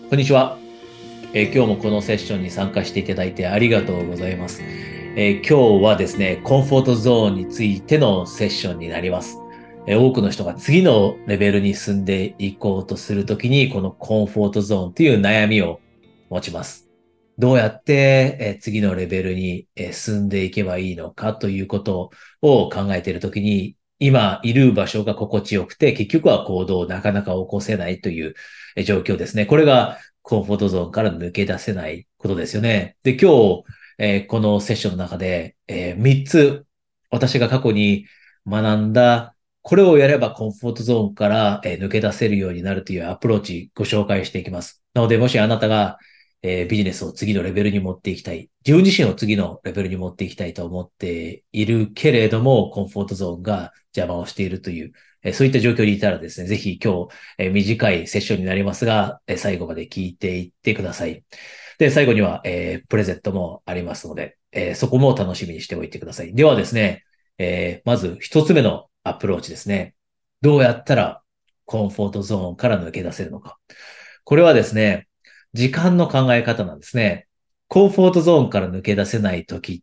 こんにちは。今日もこのセッションに参加していただいてありがとうございます。今日はですね、コンフォートゾーンについてのセッションになります。多くの人が次のレベルに進んでいこうとするときに、このコンフォートゾーンという悩みを持ちます。どうやって、次のレベルに、進んでいけばいいのかということを考えているときに、今いる場所が心地よくて、結局は行動をなかなか起こせないという状況ですね。これがコンフォートゾーンから抜け出せないことですよね。で、今日、このセッションの中で、3つ私が過去に学んだ、これをやればコンフォートゾーンから、抜け出せるようになるというアプローチご紹介していきます。なので、もしあなたが、ビジネスを次のレベルに持っていきたい、自分自身を次のレベルに持っていきたいと思っているけれども、コンフォートゾーンが邪魔をしているという、そういった状況にいたらですね、ぜひ今日、短いセッションになりますが、最後まで聞いていってください。で、最後には、プレゼントもありますので、そこも楽しみにしておいてください。ではですね、まず一つ目のアプローチですね。どうやったらコンフォートゾーンから抜け出せるのか。これはですね、時間の考え方なんですね。コンフォートゾーンから抜け出せないときって、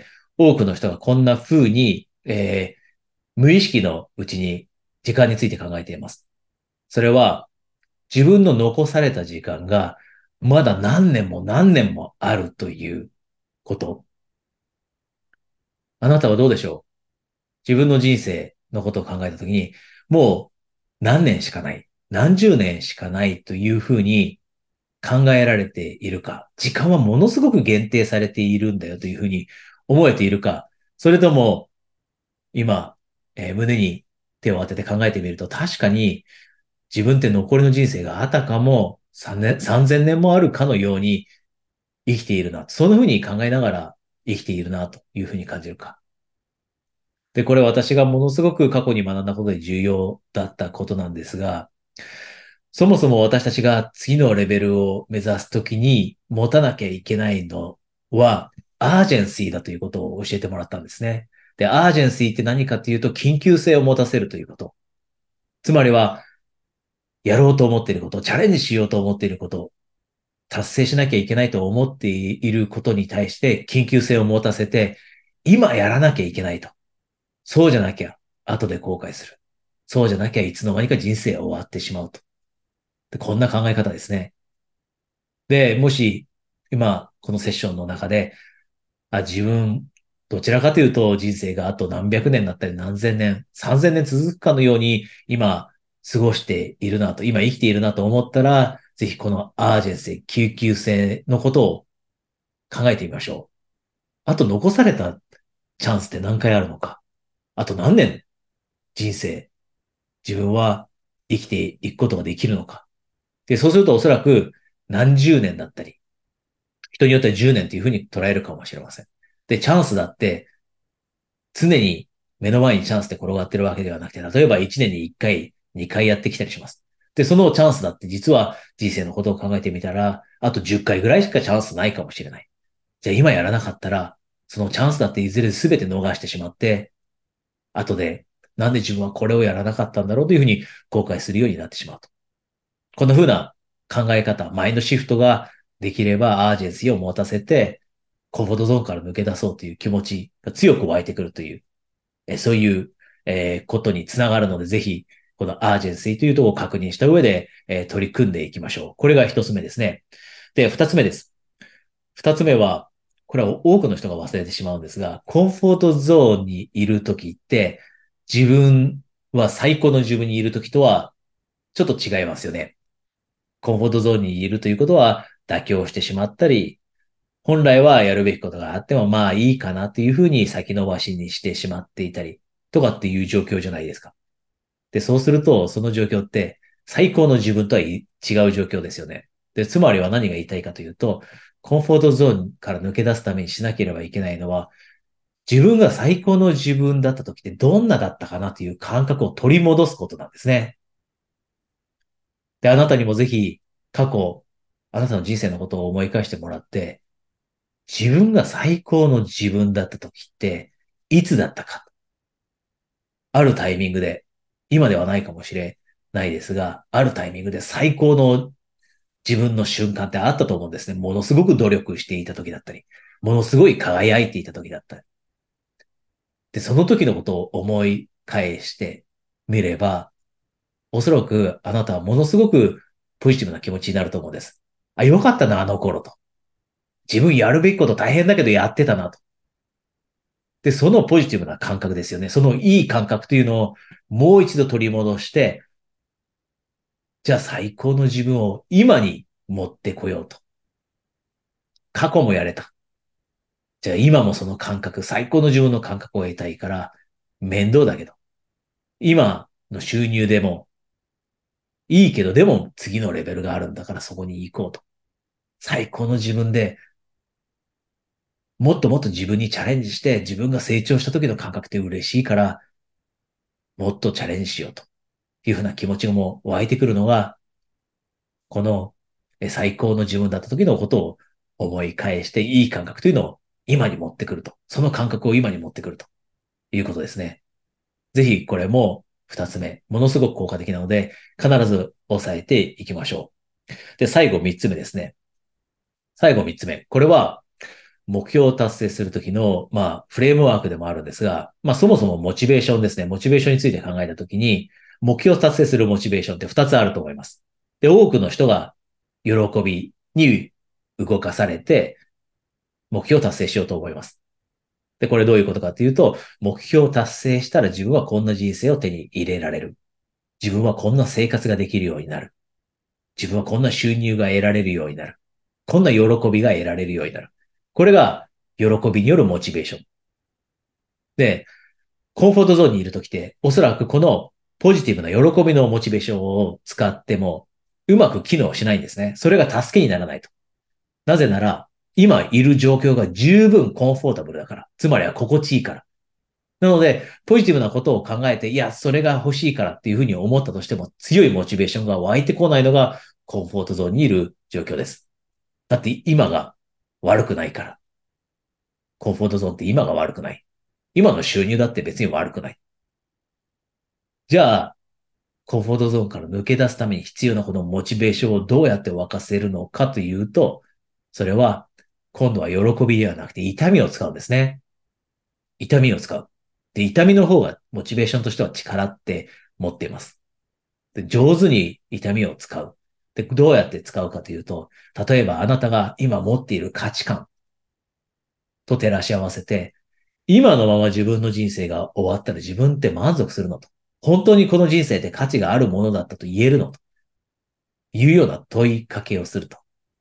多くの人がこんな風に、無意識のうちに時間について考えています。それは自分の残された時間がまだ何年も何年もあるということ。あなたはどうでしょう？自分の人生のことを考えたときに、もう何年しかない、何十年しかないというふうに考えられているか、時間はものすごく限定されているんだよというふうに思えているか、それとも今、胸に手を当てて考えてみると、確かに自分って残りの人生があたかも3年、3000年もあるかのように生きているな。そんな風に考えながら生きているなというふうに感じるか。で、これ私がものすごく過去に学んだことで重要だったことなんですが、そもそも私たちが次のレベルを目指すときに持たなきゃいけないのは、アージェンシーだということを教えてもらったんですね。で、アージェンシーって何かというと、緊急性を持たせるということ。つまりは、やろうと思っていること、チャレンジしようと思っていること、達成しなきゃいけないと思っていることに対して緊急性を持たせて、今やらなきゃいけないと。そうじゃなきゃ後で後悔する。そうじゃなきゃいつの間にか人生は終わってしまうと。で、こんな考え方ですね。で、もし今このセッションの中で、自分、どちらかというと人生があと何百年だったり何千年、3000年続くかのように今過ごしているなと、今生きているなと思ったら、ぜひこのアージェンシー、救急性のことを考えてみましょう。あと残されたチャンスって何回あるのか。あと何年人生、自分は生きていくことができるのか。で、そうするとおそらく何十年だったり、人によっては10年というふうに捉えるかもしれません。で、チャンスだって常に目の前にチャンスで転がってるわけではなくて、例えば1年に1回、2回やってきたりします。で、そのチャンスだって実は人生のことを考えてみたら、あと10回ぐらいしかチャンスないかもしれない。じゃあ今やらなかったら、そのチャンスだっていずれ全て逃してしまって、後で、なんで自分はこれをやらなかったんだろうというふうに後悔するようになってしまうと。こんな風な考え方、マインドシフトができればアージェンシーを持たせて、コンフォートゾーンから抜け出そうという気持ちが強く湧いてくるという、そういう、ことにつながるので、ぜひ、このアージェンシーというところを確認した上で、取り組んでいきましょう。これが一つ目ですね。で、二つ目です。二つ目は、これは多くの人が忘れてしまうんですが、コンフォートゾーンにいるときって、自分は最高の自分にいるときとは、ちょっと違いますよね。コンフォートゾーンにいるということは、妥協してしまったり、本来はやるべきことがあっても、まあいいかなというふうに先延ばしにしてしまっていたり、とかっていう状況じゃないですか。で、そうすると、その状況って、最高の自分とは違う状況ですよね。で、つまりは何が言いたいかというと、コンフォートゾーンから抜け出すためにしなければいけないのは、自分が最高の自分だった時ってどんなだったかなという感覚を取り戻すことなんですね。で、あなたにもぜひ、過去、あなたの人生のことを思い返してもらって、自分が最高の自分だった時って、いつだったか。あるタイミングで、今ではないかもしれないですが、あるタイミングで最高の自分の瞬間ってあったと思うんですね。ものすごく努力していた時だったり、ものすごい輝いていた時だったり。で、その時のことを思い返してみれば、おそらくあなたはものすごくポジティブな気持ちになると思うんです。あ、よかったな、あの頃と。自分やるべきこと大変だけどやってたなと。で、そのポジティブな感覚ですよね。そのいい感覚というのをもう一度取り戻して、じゃあ最高の自分を今に持ってこようと。過去もやれた。じゃあ今もその感覚、最高の自分の感覚を得たいから、面倒だけど、今の収入でもいいけど、でも次のレベルがあるんだからそこに行こうと。最高の自分でもっともっと自分にチャレンジして自分が成長した時の感覚って嬉しいから、もっとチャレンジしようというふうな気持ちがもう湧いてくるのが、この最高の自分だった時のことを思い返していい感覚というのを今に持ってくると。その感覚を今に持ってくるということですね。ぜひこれも二つ目、ものすごく効果的なので、必ず押さえていきましょう。で、最後三つ目ですね。最後三つ目。これは目標を達成するときの、フレームワークでもあるんですが、そもそもモチベーションですね。モチベーションについて考えたときに、目標を達成するモチベーションって二つあると思います。で、多くの人が喜びに動かされて、目標を達成しようと思います。で、これどういうことかというと、目標を達成したら自分はこんな人生を手に入れられる。自分はこんな生活ができるようになる。自分はこんな収入が得られるようになる。こんな喜びが得られるようになる。これが喜びによるモチベーション。で、コンフォートゾーンにいるときって、おそらくこのポジティブな喜びのモチベーションを使っても、うまく機能しないんですね。それが助けにならないと。なぜなら、今いる状況が十分コンフォータブルだから。つまりは心地いいから。なので、ポジティブなことを考えて、いや、それが欲しいからっていうふうに思ったとしても、強いモチベーションが湧いてこないのが、コンフォートゾーンにいる状況です。だって今が悪くないから。コンフォートゾーンって今が悪くない。今の収入だって別に悪くない。じゃあ、コンフォートゾーンから抜け出すために必要なこのモチベーションをどうやって沸かせるのかというと、それは、今度は喜びではなくて痛みを使うんですね。痛みを使う。で、痛みの方がモチベーションとしては力って持っています。で、上手に痛みを使う。で、どうやって使うかというと、例えばあなたが今持っている価値観と照らし合わせて、今のまま自分の人生が終わったら自分って満足するのと。本当にこの人生って価値があるものだったと言えるのというような問いかけをすると。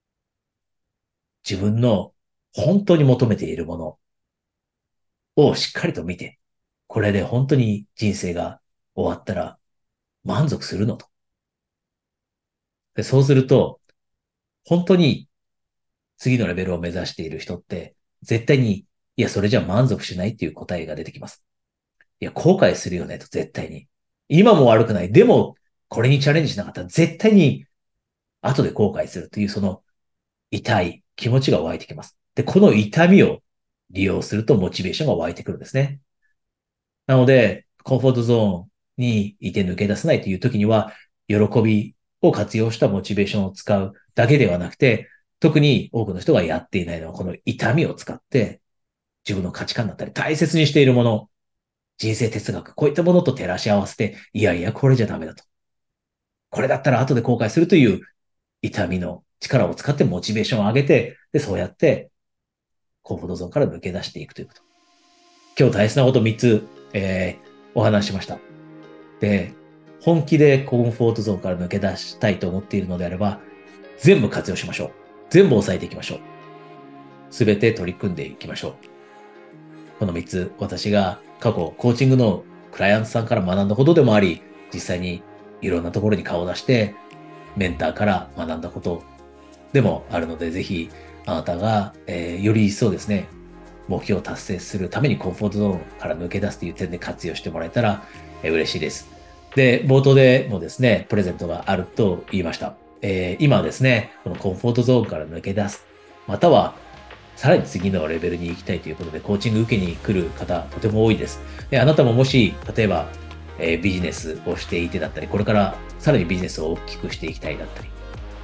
自分の本当に求めているものをしっかりと見て、これで本当に人生が終わったら満足するのと。で、そうすると、本当に次のレベルを目指している人って、絶対に、いや、それじゃ満足しないっていう答えが出てきます。いや、後悔するよねと、絶対に。今も悪くない。でも、これにチャレンジしなかったら絶対に後で後悔するというその痛い気持ちが湧いてきます。で、この痛みを利用するとモチベーションが湧いてくるんですね。なので、コンフォートゾーンにいて抜け出せないという時には、喜びを活用したモチベーションを使うだけではなくて、特に多くの人がやっていないのは、この痛みを使って、自分の価値観だったり、大切にしているもの、人生哲学、こういったものと照らし合わせて、いやいや、これじゃダメだと。これだったら後で後悔するという痛みの力を使ってモチベーションを上げて、で、そうやってコンフォートゾーンから抜け出していくということ。今日大切なこと3つ、お話ししました。で、本気でコンフォートゾーンから抜け出したいと思っているのであれば、全部活用しましょう。全部抑えていきましょう。すべて取り組んでいきましょう。この3つ、私が過去コーチングのクライアントさんから学んだことでもあり、実際にいろんなところに顔を出して、メンターから学んだことでもあるので、ぜひあなたが、より一層ですね、目標を達成するためにコンフォートゾーンから抜け出すという点で活用してもらえたら、嬉しいです。で、冒頭でもですね、プレゼントがあると言いました。今ですね、このコンフォートゾーンから抜け出す、またはさらに次のレベルに行きたいということで、コーチング受けに来る方、とても多いです。で、あなたももし、例えば、ビジネスをしていてだったり、これからさらにビジネスを大きくしていきたいだったり、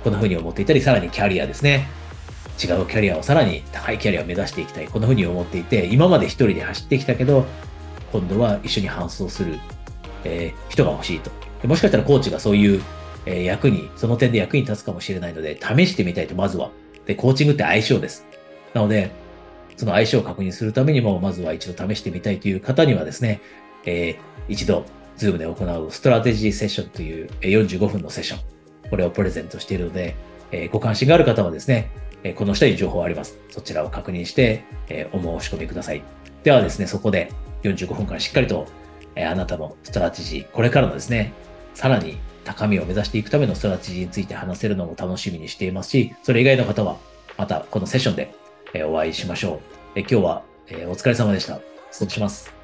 こんな風に思っていたり、さらにキャリアですね。違うキャリアをさらに高いキャリアを目指していきたい。こんな風に思っていて、今まで一人で走ってきたけど、今度は一緒に伴走する、人が欲しいと。もしかしたらコーチがそういう、その点で役に立つかもしれないので、試してみたいと、まずは。で、コーチングって相性です。なので、その相性を確認するためにも、まずは一度試してみたいという方にはですね、一度、ズームで行うストラテジーセッションという45分のセッション、これをプレゼントしているので、ご関心がある方はですね、この下に情報あります。そちらを確認して、お申し込みください。ではですね、そこで45分間しっかりと、あなたのストラテジー、これからのですね、さらに高みを目指していくためのストラテジーについて話せるのも楽しみにしていますし、それ以外の方は、またこのセッションでお会いしましょう。今日はお疲れ様でした。失礼します。